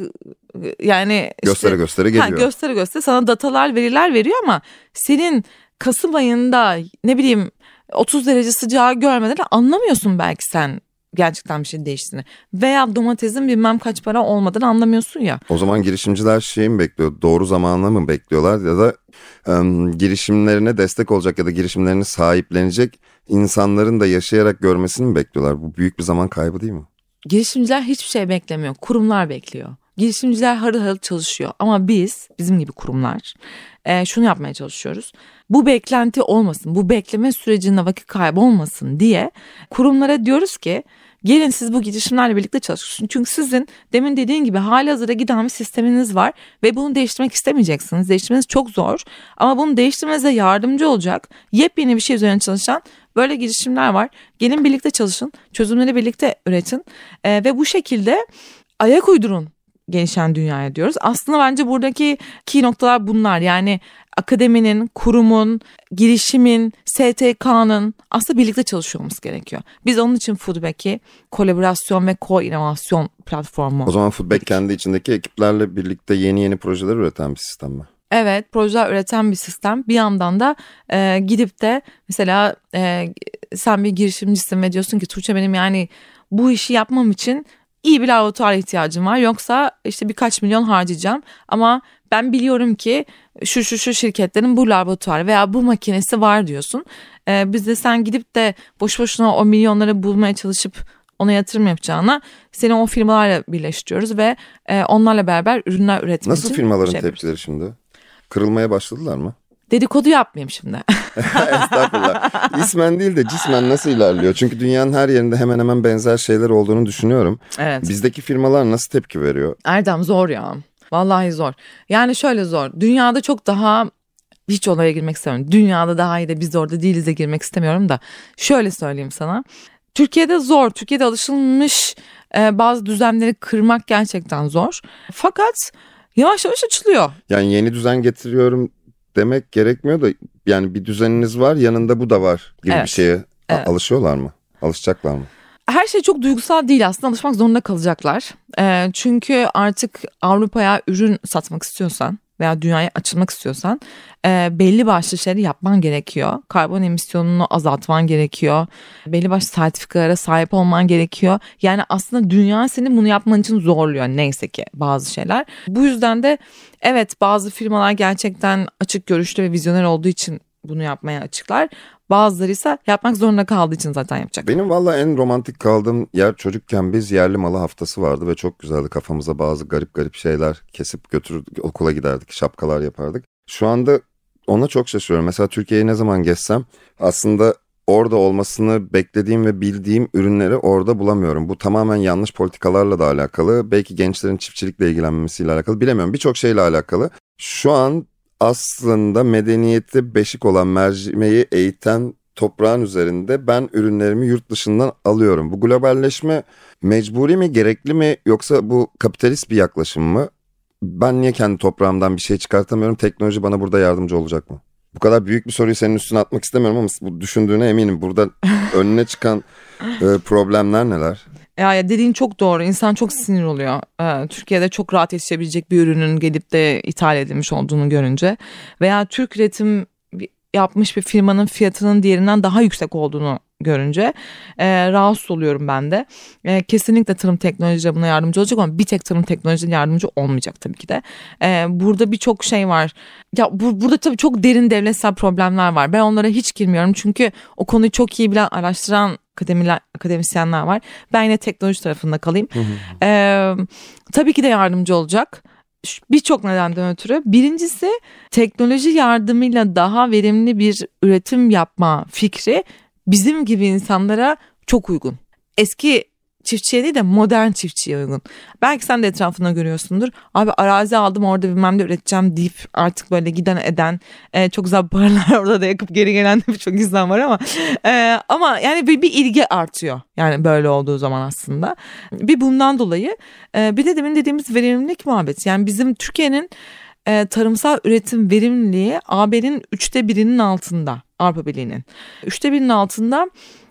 B: yani işte,
A: göstere geliyor.
B: Göstere sana datalar, veriler veriyor ama senin Kasım ayında ne bileyim 30 derece sıcağı görmeden anlamıyorsun belki sen gerçekten bir şey değiştiğini. Veya domatesin bilmem kaç para olmadan anlamıyorsun ya.
A: O zaman girişimciler şeyi mi bekliyor? Doğru zamanla mı bekliyorlar ya da girişimlerine destek olacak ya da girişimlerini sahiplenecek insanların da yaşayarak görmesini mi bekliyorlar? Bu büyük bir zaman kaybı değil mi?
B: Girişimciler hiçbir şey beklemiyor. Kurumlar bekliyor. Girişimciler harıl harıl çalışıyor ama bizim gibi kurumlar şunu yapmaya çalışıyoruz. Bu beklenti olmasın, bu bekleme sürecinde vakit kaybı olmasın diye kurumlara diyoruz ki gelin siz bu girişimlerle birlikte çalışın. Çünkü sizin demin dediğin gibi halihazırda giden bir sisteminiz var ve bunu değiştirmek istemeyeceksiniz. Değiştirmeniz çok zor ama bunu değiştirmenize yardımcı olacak yepyeni bir şey üzerine çalışan böyle girişimler var. Gelin birlikte çalışın, çözümleri birlikte üretin ve bu şekilde ayak uydurun gelişen dünyaya diyoruz. Aslında bence buradaki key noktalar bunlar. Yani akademinin, kurumun, girişimin, STK'nın aslında birlikte çalışıyor olması gerekiyor. Biz onun için Foodback'i kolaborasyon ve ko-inovasyon platformu.
A: O zaman Foodback kendi içindeki ekiplerle birlikte yeni projeler üreten bir sistem mi?
B: Evet, projeler üreten bir sistem. Bir yandan da gidip de mesela sen bir girişimcisin ve diyorsun ki Tuğçe benim yani bu işi yapmam için iyi bir laboratuvara ihtiyacım var. Yoksa işte birkaç milyon harcayacağım ama ben biliyorum ki şu şirketlerin bu laboratuvarı veya bu makinesi var diyorsun. Biz de sen gidip de boş boşuna o milyonları bulmaya çalışıp ona yatırım yapacağına seni o firmalarla birleştiriyoruz ve onlarla beraber ürünler üretmek için.
A: Nasıl firmaların tepkileri şimdi? Kırılmaya başladılar mı?
B: Dedikodu yapmayayım şimdi.
A: Estağfurullah. İsmen değil de cismen nasıl ilerliyor? Çünkü dünyanın her yerinde hemen hemen benzer şeyler olduğunu düşünüyorum.
B: Evet.
A: Bizdeki firmalar nasıl tepki veriyor?
B: Erdem zor ya. Vallahi zor. Yani şöyle zor. Dünyada çok daha, hiç olaya girmek istemiyorum. Dünyada daha iyi de biz orada değiliz de girmek istemiyorum da. Şöyle söyleyeyim sana. Türkiye'de zor. Türkiye'de alışılmış bazı düzenleri kırmak gerçekten zor. Fakat yavaş yavaş açılıyor.
A: Yani yeni düzen getiriyorum demek gerekmiyor da yani bir düzeniniz var, yanında bu da var gibi bir şeye alışıyorlar mı? Alışacaklar mı?
B: Her şey çok duygusal değil aslında, alışmak zorunda kalacaklar. Çünkü artık Avrupa'ya ürün satmak istiyorsan veya dünyaya açılmak istiyorsan belli başlı şeyleri yapman gerekiyor. Karbon emisyonunu azaltman gerekiyor. Belli başlı sertifikalara sahip olman gerekiyor. Yani aslında dünya seni bunu yapman için zorluyor neyse ki bazı şeyler. Bu yüzden de evet, bazı firmalar gerçekten açık görüşlü ve vizyoner olduğu için bunu yapmaya açıklar. Bazıları ise yapmak zorunda kaldığı için zaten yapacak.
A: Benim valla en romantik kaldığım yer, çocukken biz yerli malı haftası vardı ve çok güzeldi. Kafamıza bazı garip şeyler kesip götürürdük, okula giderdik, şapkalar yapardık. Şu anda ona çok şaşırıyorum. Mesela Türkiye'yi ne zaman gezsem aslında orada olmasını beklediğim ve bildiğim ürünleri orada bulamıyorum. Bu tamamen yanlış politikalarla da alakalı. Belki gençlerin çiftçilikle ilgilenmemesiyle alakalı, bilemiyorum. Birçok şeyle alakalı. Şu an aslında medeniyette beşik olan mercimeği eğiten toprağın üzerinde ben ürünlerimi yurt dışından alıyorum. Bu globalleşme mecburi mi, gerekli mi, yoksa bu kapitalist bir yaklaşım mı? Ben niye kendi toprağımdan bir şey çıkartamıyorum? Teknoloji bana burada yardımcı olacak mı? Bu kadar büyük bir soruyu senin üstüne atmak istemiyorum ama bu düşündüğüne eminim. Burada önüne çıkan problemler neler?
B: Ya dediğin çok doğru. İnsan çok sinir oluyor. Türkiye'de çok rahat yetişebilecek bir ürünün gelip de ithal edilmiş olduğunu görünce veya Türk üretim yapmış bir firmanın fiyatının diğerinden daha yüksek olduğunu görünce rahatsız oluyorum ben de. Kesinlikle tarım teknolojileri buna yardımcı olacak ama bir tek tarım teknolojileri yardımcı olmayacak tabii ki de. Burada birçok şey var. Ya burada tabii çok derin devletsel problemler var. Ben onlara hiç girmiyorum çünkü o konuyu çok iyi bilen, araştıran akademisyenler var. Ben yine teknoloji tarafında kalayım. Tabii ki de yardımcı olacak. Birçok nedenden ötürü. Birincisi, teknoloji yardımıyla daha verimli bir üretim yapma fikri bizim gibi insanlara çok uygun. Eski çiftçiye değil de modern çiftçiye uygun. Belki sen de etrafında görüyorsundur. Abi arazi aldım, orada bilmem ne üreteceğim deyip artık böyle giden eden, çok güzel paralar orada da yakıp geri gelen de birçok insan var ama yani bir ilgi artıyor. Yani böyle olduğu zaman aslında. Bir bundan dolayı bir de demin dediğimiz verimlilik muhabbeti. Yani bizim Türkiye'nin tarımsal üretim verimliliği AB'nin 1/3'inin altında, Avrupa Birliği'nin 1/3'inin altında.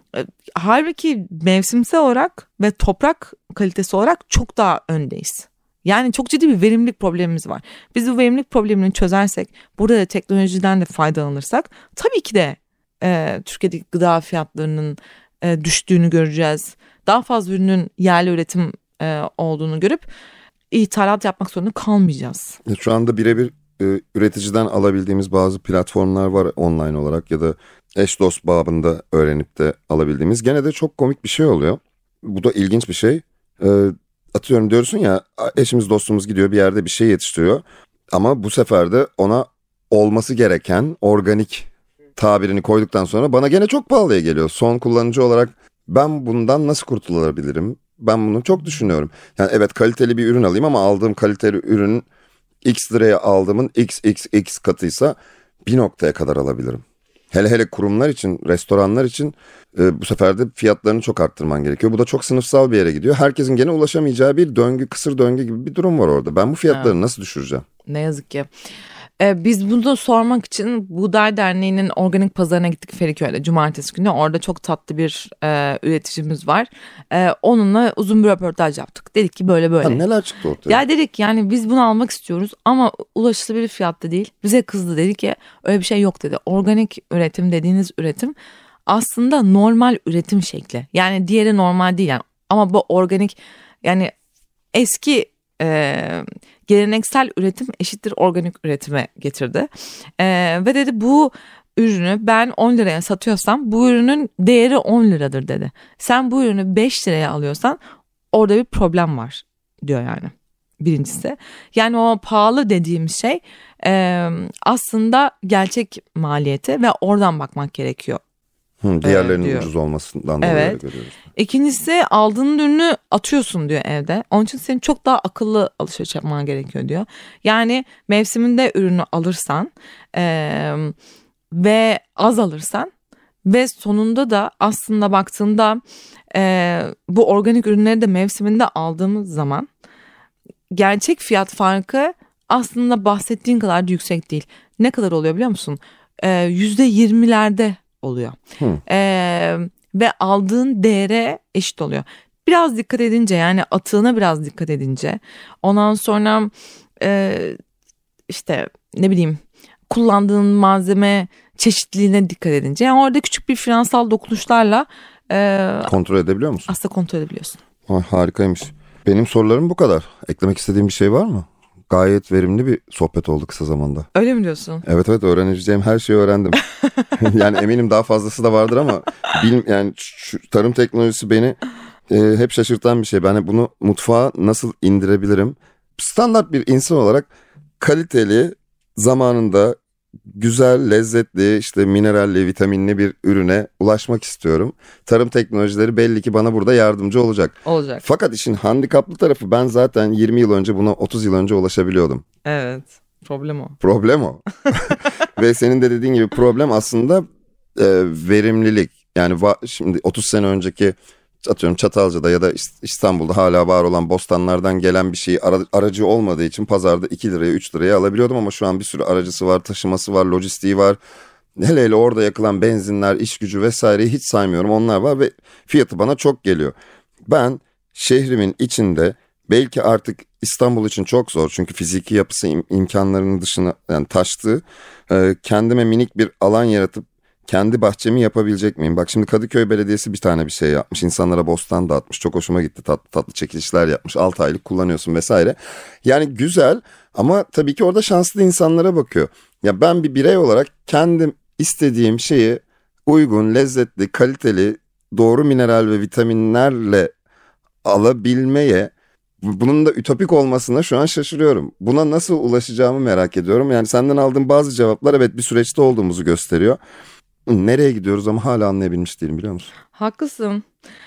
B: Halbuki mevsimsel olarak ve toprak kalitesi olarak çok daha öndeyiz. Yani çok ciddi bir verimlilik problemimiz var. Biz bu verimlilik problemini çözersek, burada da teknolojiden de faydalanırsak tabii ki de Türkiye'deki gıda fiyatlarının düştüğünü göreceğiz. Daha fazla ürünün yerli üretim olduğunu görüp ithalat yapmak zorunda kalmayacağız.
A: Şu anda birebir üreticiden alabildiğimiz bazı platformlar var online olarak ya da eş dost babında öğrenip de alabildiğimiz. Gene de çok komik bir şey oluyor. Bu da ilginç bir şey. Atıyorum diyorsun ya, eşimiz dostumuz gidiyor bir yerde bir şey yetiştiriyor. Ama bu sefer de ona olması gereken organik tabirini koyduktan sonra bana gene çok pahalıya geliyor. Son kullanıcı olarak ben bundan nasıl kurtulabilirim? Ben bunu çok düşünüyorum. Yani evet, kaliteli bir ürün alayım ama aldığım kaliteli ürünün X liraya aldığımın XXX katıysa bir noktaya kadar alabilirim. Hele kurumlar için, restoranlar için bu sefer de fiyatlarını çok arttırman gerekiyor. Bu da çok sınıfsal bir yere gidiyor. Herkesin gene ulaşamayacağı bir döngü, kısır döngü gibi bir durum var orada. Ben bu fiyatları nasıl düşüreceğim?
B: Ne yazık ki. Biz bunu sormak için Buğday Derneği'nin organik pazarına gittik Feriköy'de cumartesi günü. Orada çok tatlı bir üreticimiz var. Onunla uzun bir röportaj yaptık. Dedik ki böyle.
A: Neler çıktı ortaya?
B: Ya dedik yani biz bunu almak istiyoruz ama ulaşılabilir fiyatta değil. Bize kızdı, dedi ki öyle bir şey yok dedi. Organik üretim dediğiniz üretim aslında normal üretim şekli. Yani diğeri normal değil yani. Ama bu organik, yani eski geleneksel üretim eşittir organik üretime getirdi. Ve dedi bu ürünü ben 10 liraya satıyorsam bu ürünün değeri 10 liradır dedi. Sen bu ürünü 5 liraya alıyorsan orada bir problem var diyor yani. Birincisi, yani o pahalı dediğim şey aslında gerçek maliyeti ve oradan bakmak gerekiyor.
A: Diğerlerinin ucuz olmasından dolayı görüyoruz.
B: İkincisi, aldığın ürünü atıyorsun diyor evde. Onun için senin çok daha akıllı alışveriş yapman gerekiyor diyor. Yani mevsiminde ürünü alırsan ve az alırsan ve sonunda da aslında baktığında bu organik ürünleri de mevsiminde aldığımız zaman gerçek fiyat farkı aslında bahsettiğin kadar da yüksek değil. Ne kadar oluyor biliyor musun? %20'lerde oluyor. Ve aldığın değere eşit oluyor. Biraz dikkat edince, yani atığına biraz dikkat edince, ondan sonra işte ne bileyim kullandığın malzeme çeşitliliğine dikkat edince, yani orada küçük bir finansal dokunuşlarla
A: kontrol edebiliyor musun?
B: Aslında kontrol edebiliyorsun.
A: Harikaymış. Benim sorularım bu kadar. Eklemek istediğim bir şey var mı? Gayet verimli bir sohbet oldu kısa zamanda.
B: Öyle mi diyorsun?
A: Evet, öğreneceğim her şeyi öğrendim. Yani eminim daha fazlası da vardır ama yani şu tarım teknolojisi beni hep şaşırtan bir şey. Ben bunu mutfağa nasıl indirebilirim? Standart bir insan olarak kaliteli, zamanında güzel, lezzetli, işte mineralli, vitaminli bir ürüne ulaşmak istiyorum. Tarım teknolojileri belli ki bana burada yardımcı olacak. Fakat işin handikaplı tarafı, ben zaten 20 yıl önce buna 30 yıl önce ulaşabiliyordum.
B: Evet, problem o.
A: Ve senin de dediğin gibi problem aslında verimlilik. Yani şimdi 30 sene önceki atıyorum Çatalca'da ya da İstanbul'da hala var olan bostanlardan gelen bir şeyi aracı olmadığı için pazarda 2 liraya 3 liraya alabiliyordum ama şu an bir sürü aracısı var, taşıması var, lojistiği var. Hele hele orada yakılan benzinler, iş gücü vesaireyi hiç saymıyorum, onlar var ve fiyatı bana çok geliyor. Ben şehrimin içinde belki artık İstanbul için çok zor çünkü fiziki yapısı imkanlarının dışına yani taştığı, kendime minik bir alan yaratıp kendi bahçemi yapabilecek miyim? Bak şimdi Kadıköy Belediyesi bir tane bir şey yapmış. İnsanlara bostan dağıtmış. Çok hoşuma gitti. Tatlı tatlı çekilişler yapmış. 6 aylık kullanıyorsun vesaire. Yani güzel ama tabii ki orada şanslı insanlara bakıyor. Ya ben bir birey olarak kendim istediğim şeyi uygun, lezzetli, kaliteli, doğru mineral ve vitaminlerle alabilmeye, bunun da ütopik olmasına şu an şaşırıyorum. Buna nasıl ulaşacağımı merak ediyorum. Yani senden aldığım bazı cevaplar evet bir süreçte olduğumuzu gösteriyor. Nereye gidiyoruz ama hala anlayabilmiş değilim, biliyor musun?
B: Haklısın.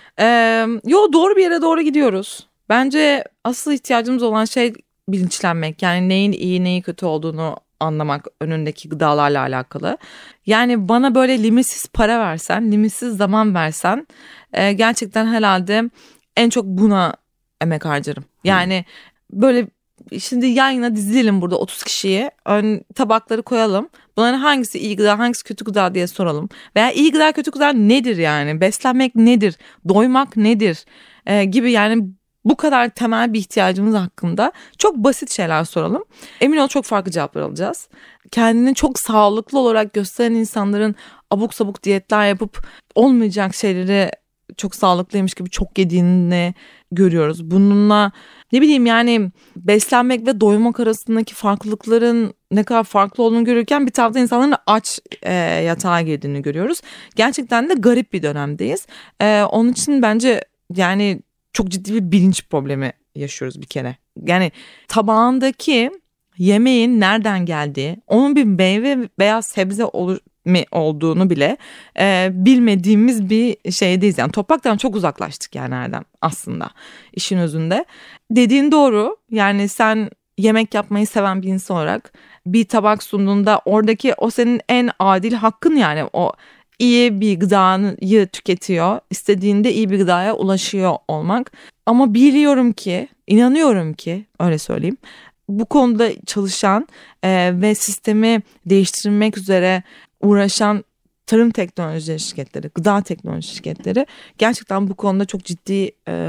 B: Doğru bir yere doğru gidiyoruz. Bence asıl ihtiyacımız olan şey bilinçlenmek. Yani neyin iyi neyin kötü olduğunu anlamak önündeki gıdalarla alakalı. Yani bana böyle limitsiz para versen, limitsiz zaman versen gerçekten herhalde en çok buna emek harcarım. Yani böyle şimdi yan yana dizilelim burada 30 kişiyi, ön tabakları koyalım. Bunların hangisi iyi gıda, hangisi kötü gıda diye soralım. Veya iyi gıda, kötü gıda nedir yani? Beslenmek nedir? Doymak nedir? Gibi yani bu kadar temel bir ihtiyacımız hakkında çok basit şeyler soralım. Emin ol çok farklı cevaplar alacağız. Kendini çok sağlıklı olarak gösteren insanların abuk sabuk diyetler yapıp olmayacak şeyleri çok sağlıklıymış gibi çok yediğini görüyoruz. Bununla ne bileyim yani beslenmek ve doymak arasındaki farklılıkların ne kadar farklı olduğunu görürken bir tarafta insanların aç yatağa girdiğini görüyoruz. Gerçekten de garip bir dönemdeyiz. Onun için bence yani çok ciddi bir bilinç problemi yaşıyoruz bir kere. Yani tabağındaki yemeğin nereden geldiği, onun bir meyve veya sebze olduğunu bile bilmediğimiz bir şeydeyiz. Yani topraktan çok uzaklaştık yani Erdem aslında işin özünde. Dediğin doğru, yani sen yemek yapmayı seven bir insan olarak bir tabak sunduğunda oradaki o senin en adil hakkın, yani o iyi bir gıdayı tüketiyor, istediğinde iyi bir gıdaya ulaşıyor olmak. Ama biliyorum ki, inanıyorum ki, öyle söyleyeyim, bu konuda çalışan ve sistemi değiştirmek üzere uğraşan tarım teknoloji şirketleri, gıda teknoloji şirketleri gerçekten bu konuda çok ciddi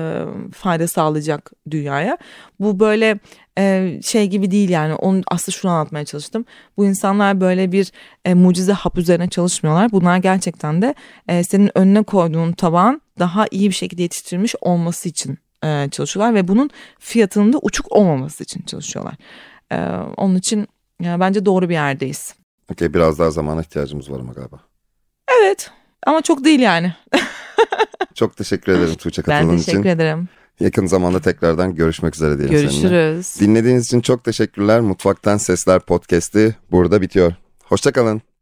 B: fayda sağlayacak dünyaya. Bu böyle şey gibi değil yani, onu aslında şunu anlatmaya çalıştım. Bu insanlar böyle bir mucize hap üzerine çalışmıyorlar. Bunlar gerçekten de senin önüne koyduğun tabağın daha iyi bir şekilde yetiştirilmiş olması için çalışıyorlar ve bunun fiyatının da uçuk olmaması için çalışıyorlar. Onun için bence doğru bir yerdeyiz.
A: Okey, biraz daha zamana ihtiyacımız var ama galiba.
B: Evet ama çok değil yani.
A: Çok teşekkür ederim Tuğçe katıldığın için.
B: Ben teşekkür ederim.
A: Yakın zamanda tekrardan görüşmek üzere diyelim seninle.
B: Görüşürüz.
A: Dinlediğiniz için çok teşekkürler. Mutfaktan Sesler Podcast'i burada bitiyor. Hoşça kalın.